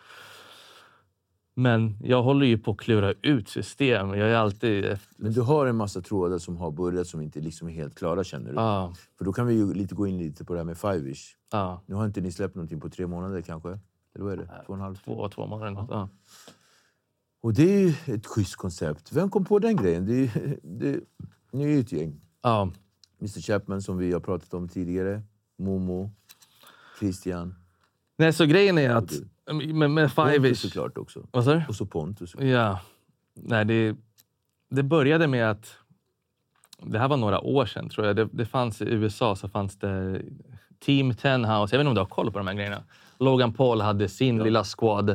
Men jag håller ju på att klura ut system. Jag är alltid... Men du har en massa trådar som har börjat som inte liksom är helt klara, känner du? Ja. För då kan vi ju gå in lite på det här med Five-ish. Ja. Nu har inte ni släppt någonting på 3 månader kanske? Eller vad är det? 2,5? 2 månader. Ja. Och det är ju ett schysst koncept. Vem kom på den grejen? Ni är ju ett gäng. Ja. Mr. Chapman som vi har pratat om tidigare. Momo. Christian. Nej, så grejen är att med Five-ish... Pontus såklart också. Vad sa du? Och så Pontus. Ja. Nej, det började med att... Det här var några år sedan, tror jag. Det fanns i USA så fanns det Team 10 House. Jag vet inte om du har koll på de här grejerna. Logan Paul hade sin lilla squad.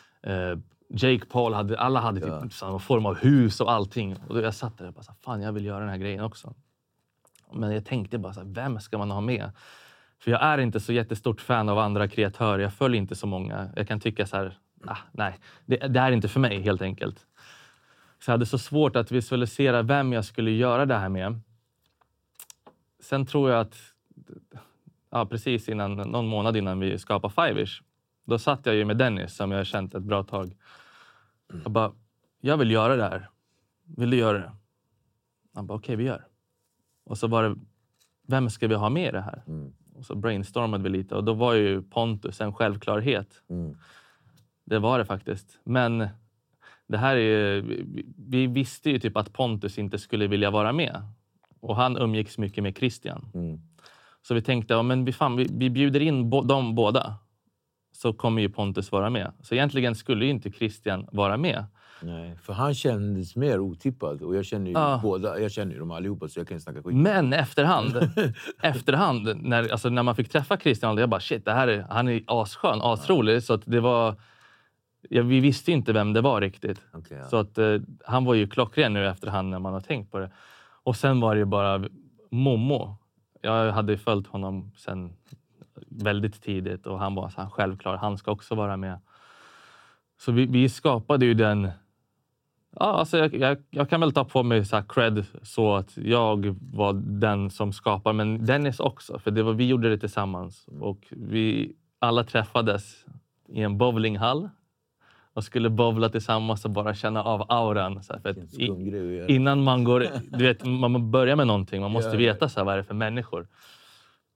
Jake Paul hade... Alla hade typ samma form av hus och allting. Och då jag satt där och bara, fan, jag vill göra den här grejen också. Men jag tänkte bara, vem ska man ha med? För jag är inte så jättestort fan av andra kreatörer. Jag följer inte så många. Jag kan tycka så här, nej, det är inte för mig helt enkelt. Så jag hade så svårt att visualisera vem jag skulle göra det här med. Sen tror jag att, precis någon månad innan vi skapade Five-ish, då satt jag ju med Dennis som jag har känt ett bra tag. Jag bara, jag vill göra det här. Vill du göra det? Han bara, okej, vi gör. Och så var det, vem ska vi ha med i det här? Och så brainstormade vi lite. Och då var ju Pontus en självklarhet. Det var det faktiskt. Men det här är ju... Vi visste ju typ att Pontus inte skulle vilja vara med. Och han umgicks mycket med Christian. Så vi tänkte, men vi bjuder in dem båda. Så kommer ju Pontus vara med. Så egentligen skulle ju inte Christian vara med. Nej, för han kändes mer otippad. Och jag känner ju båda, jag känner ju dem allihopa så jag kan snacka skit. Men efterhand när man fick träffa Christian, jag bara shit, han är asskön, asrolig. Så att det var... vi visste inte vem det var riktigt. Okay, ja. Så att han var ju klockren nu efterhand när man har tänkt på det. Och sen var det ju bara Momo. Jag hade följt honom sen väldigt tidigt. Och han var så här, självklar, han ska också vara med. Så vi skapade ju den... Ja, alltså jag kan väl ta på mig så här cred så att jag var den som skapade. Men Dennis också, för vi gjorde det tillsammans. Och vi alla träffades i en bowlinghall. Och skulle bowla tillsammans och bara känna av auran. Så här, för att innan man går... Du vet, man börjar med någonting. Man måste veta så här, vad är det för människor.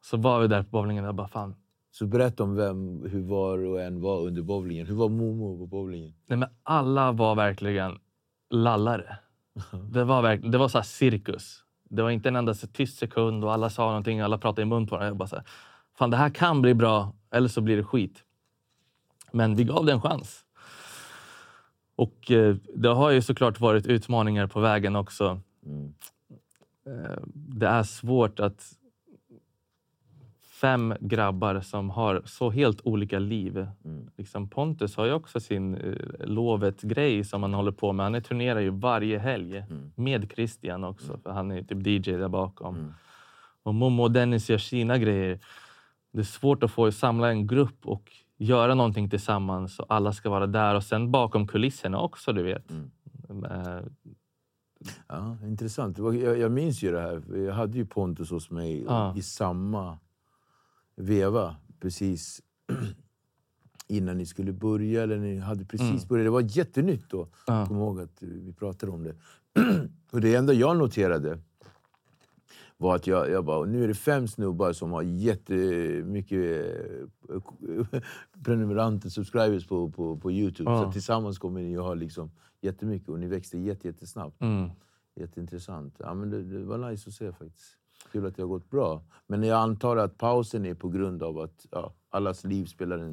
Så var vi där på bowlingen och bara fan. Så berätta om hur var och en var under bowlingen. Hur var Momo på bowlingen? Nej, men alla var verkligen lallare. Det var så här cirkus. Det var inte en enda tyst sekund och alla sa någonting. Alla pratade i mun på varandra. Jag bara så här, fan det här kan bli bra eller så blir det skit. Men vi gav det en chans. Och det har ju såklart varit utmaningar på vägen också. Det är svårt att 5 grabbar som har så helt olika liv. Liksom Pontus har ju också sin lovet-grej som han håller på med. Han turnerar ju varje helg med Christian också. För han är typ DJ där bakom. Och Momo och Dennis gör sina grejer. Det är svårt att få samla en grupp och göra någonting tillsammans. Och alla ska vara där. Och sen bakom kulisserna också, du vet. Ja, intressant. Jag minns ju det här. Jag hade ju Pontus hos mig i samma veva. Precis innan ni skulle börja. Eller ni hade precis börjat. Det var jättenytt då. Jag kommer ihåg att vi pratade om det. Och det enda jag noterade var att jag bara, nu är det 5 snubbar som har jättemycket prenumeranter, subscribers på YouTube. Så tillsammans kommer ni att ha liksom jättemycket och ni växte jättesnabbt. Jätteintressant. Ja, men det var nice att se faktiskt. Kul att det har gått bra. Men jag antar att pausen är på grund av att allas liv spelar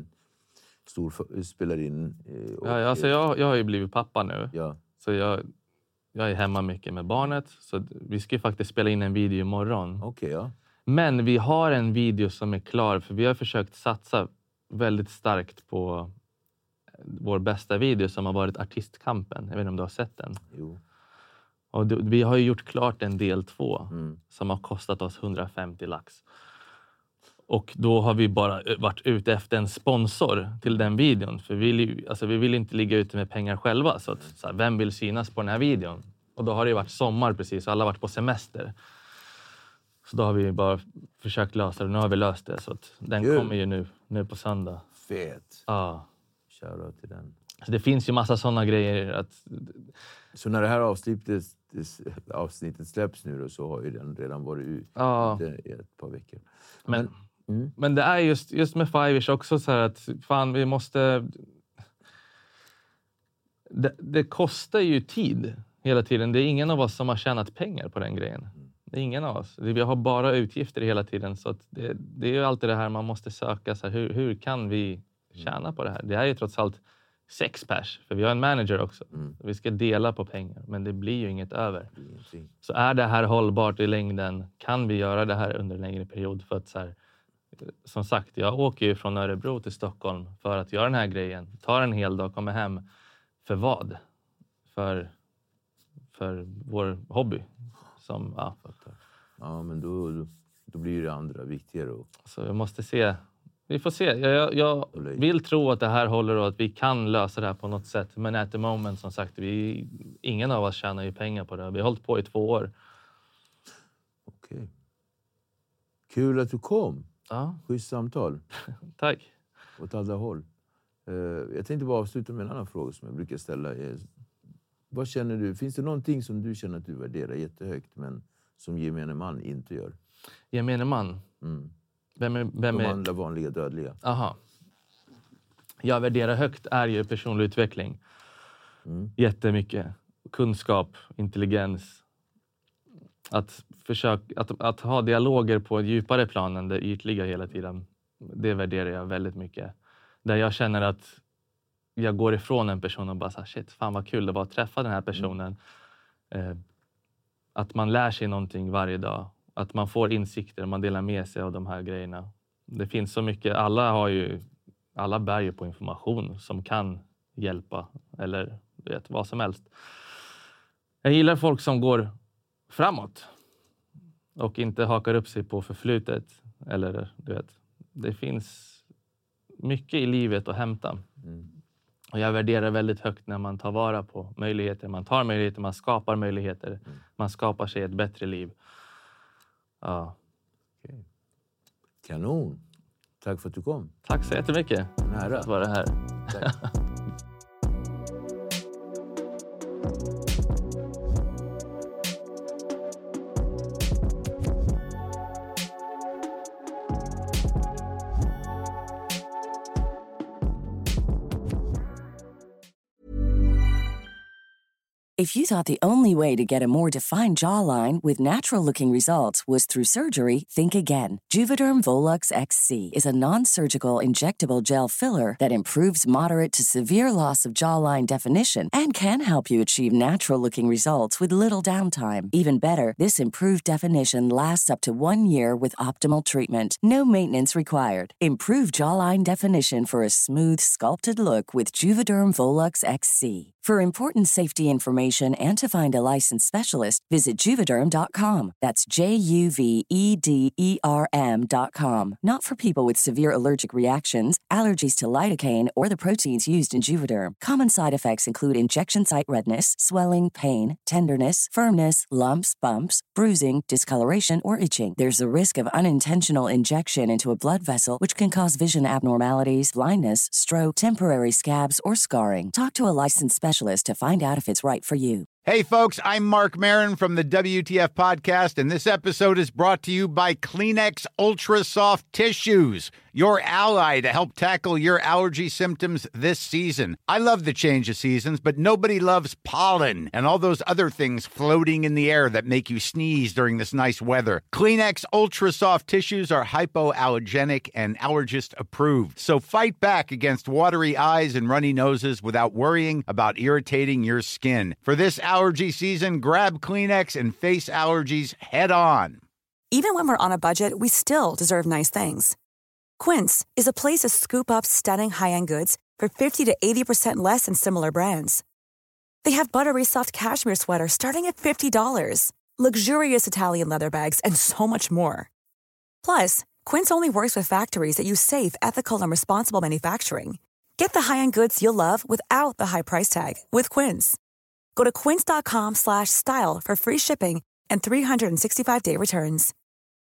in. Alltså jag har ju blivit pappa nu. Ja. Så jag är hemma mycket med barnet. Så vi ska ju faktiskt spela in en video imorgon. Okej, ja. Men vi har en video som är klar. För vi har försökt satsa väldigt starkt på vår bästa video som har varit Artistkampen. Jag vet inte om du har sett den. Jo. Och vi har ju gjort klart en del 2 som har kostat oss 150 lax. Och då har vi bara varit ute efter en sponsor till den videon. För vi vill inte ligga ute med pengar själva. Så här, vem vill synas på den här videon? Och då har det varit sommar precis. Och alla har varit på semester. Så då har vi bara försökt lösa det. Nu har vi löst det. Så att den kommer ju nu på söndag. Fet. Ja. Shoutout till den. Så det finns ju massa sådana grejer. Så när det här avsnittet släpps nu då, så har ju den redan varit ute i ett par veckor. Men det är just med Fiverr också så här att fan vi måste... Det kostar ju tid hela tiden. Det är ingen av oss som har tjänat pengar på den grejen. Det är ingen av oss. Vi har bara utgifter hela tiden. Så att det är ju alltid det här man måste söka. Så här, hur kan vi tjäna på det här? Det är ju trots allt 6 pers. För vi har en manager också. Vi ska dela på pengar. Men det blir ju inget över. Så är det här hållbart i längden? Kan vi göra det här under en längre period? För att så här, som sagt, jag åker ju från Örebro till Stockholm för att göra den här grejen. Tar en hel dag, kommer hem. För vad? För vår hobby. Ja, men då blir det andra viktigare. Så jag måste se. Vi får se. Jag vill tro att det här håller och att vi kan lösa det här på något sätt. Men at the moment, som sagt, ingen av oss tjänar ju pengar på det. Vi har hållit på i 2 år. Okej. Kul att du kom. Ja. Schysst samtal. Tack. Åt alla håll. Jag tänkte bara avsluta med en annan fråga som jag brukar ställa. Vad känner du? Finns det någonting som du känner att du värderar jättehögt men som gemene man inte gör? Gemene man? Vem är... De andra vanliga dödliga. Aha. Jag värderar högt är ju personlig utveckling. Jättemycket. Kunskap, intelligens. Att ha dialoger på ett djupare plan än det ytliga hela tiden. Det värderar jag väldigt mycket. Där jag känner att jag går ifrån en person och bara så här, shit, fan vad kul det var att träffa den här personen. Att man lär sig någonting varje dag. Att man får insikter, man delar med sig av de här grejerna. Det finns så mycket, alla bär ju på information som kan hjälpa. Eller vad som helst. Jag gillar folk som går framåt. Och inte hakar upp sig på förflutet. Eller det finns mycket i livet att hämta. Och jag värderar väldigt högt när man tar vara på möjligheter. Man tar möjligheter, man skapar möjligheter. Man skapar sig ett bättre liv. Ja. Okay. Kanon. Tack för att du kom. Tack så jättemycket. Nära. Att vara här. Tack. If you thought the only way to get a more defined jawline with natural-looking results was through surgery, think again. Juvederm Volux XC is a non-surgical injectable gel filler that improves moderate to severe loss of jawline definition and can help you achieve natural-looking results with little downtime. Even better, this improved definition lasts up to 1 year with optimal treatment. No maintenance required. Improve jawline definition for a smooth, sculpted look with Juvederm Volux XC. For important safety information and to find a licensed specialist, visit Juvederm.com. That's JUVEDERM.com. Not for people with severe allergic reactions, allergies to lidocaine, or the proteins used in Juvederm. Common side effects include injection site redness, swelling, pain, tenderness, firmness, lumps, bumps, bruising, discoloration, or itching. There's a risk of unintentional injection into a blood vessel, which can cause vision abnormalities, blindness, stroke, temporary scabs, or scarring. Talk to a licensed specialist to find out if it's right for you. Hey, folks, I'm Mark Maron from the WTF Podcast, and this episode is brought to you by Kleenex Ultra Soft Tissues, your ally to help tackle your allergy symptoms this season. I love the change of seasons, but nobody loves pollen and all those other things floating in the air that make you sneeze during this nice weather. Kleenex Ultra Soft Tissues are hypoallergenic and allergist approved, so fight back against watery eyes and runny noses without worrying about irritating your skin. For this allergy season, grab Kleenex and face allergies head on. Even when we're on a budget, we still deserve nice things. Quince is a place to scoop up stunning high-end goods for 50 to 80% less than similar brands. They have buttery soft cashmere sweaters starting at $50, luxurious Italian leather bags, and so much more. Plus, Quince only works with factories that use safe, ethical, and responsible manufacturing. Get the high-end goods you'll love without the high price tag with Quince. Go to quince.com/style for free shipping and 365-day returns.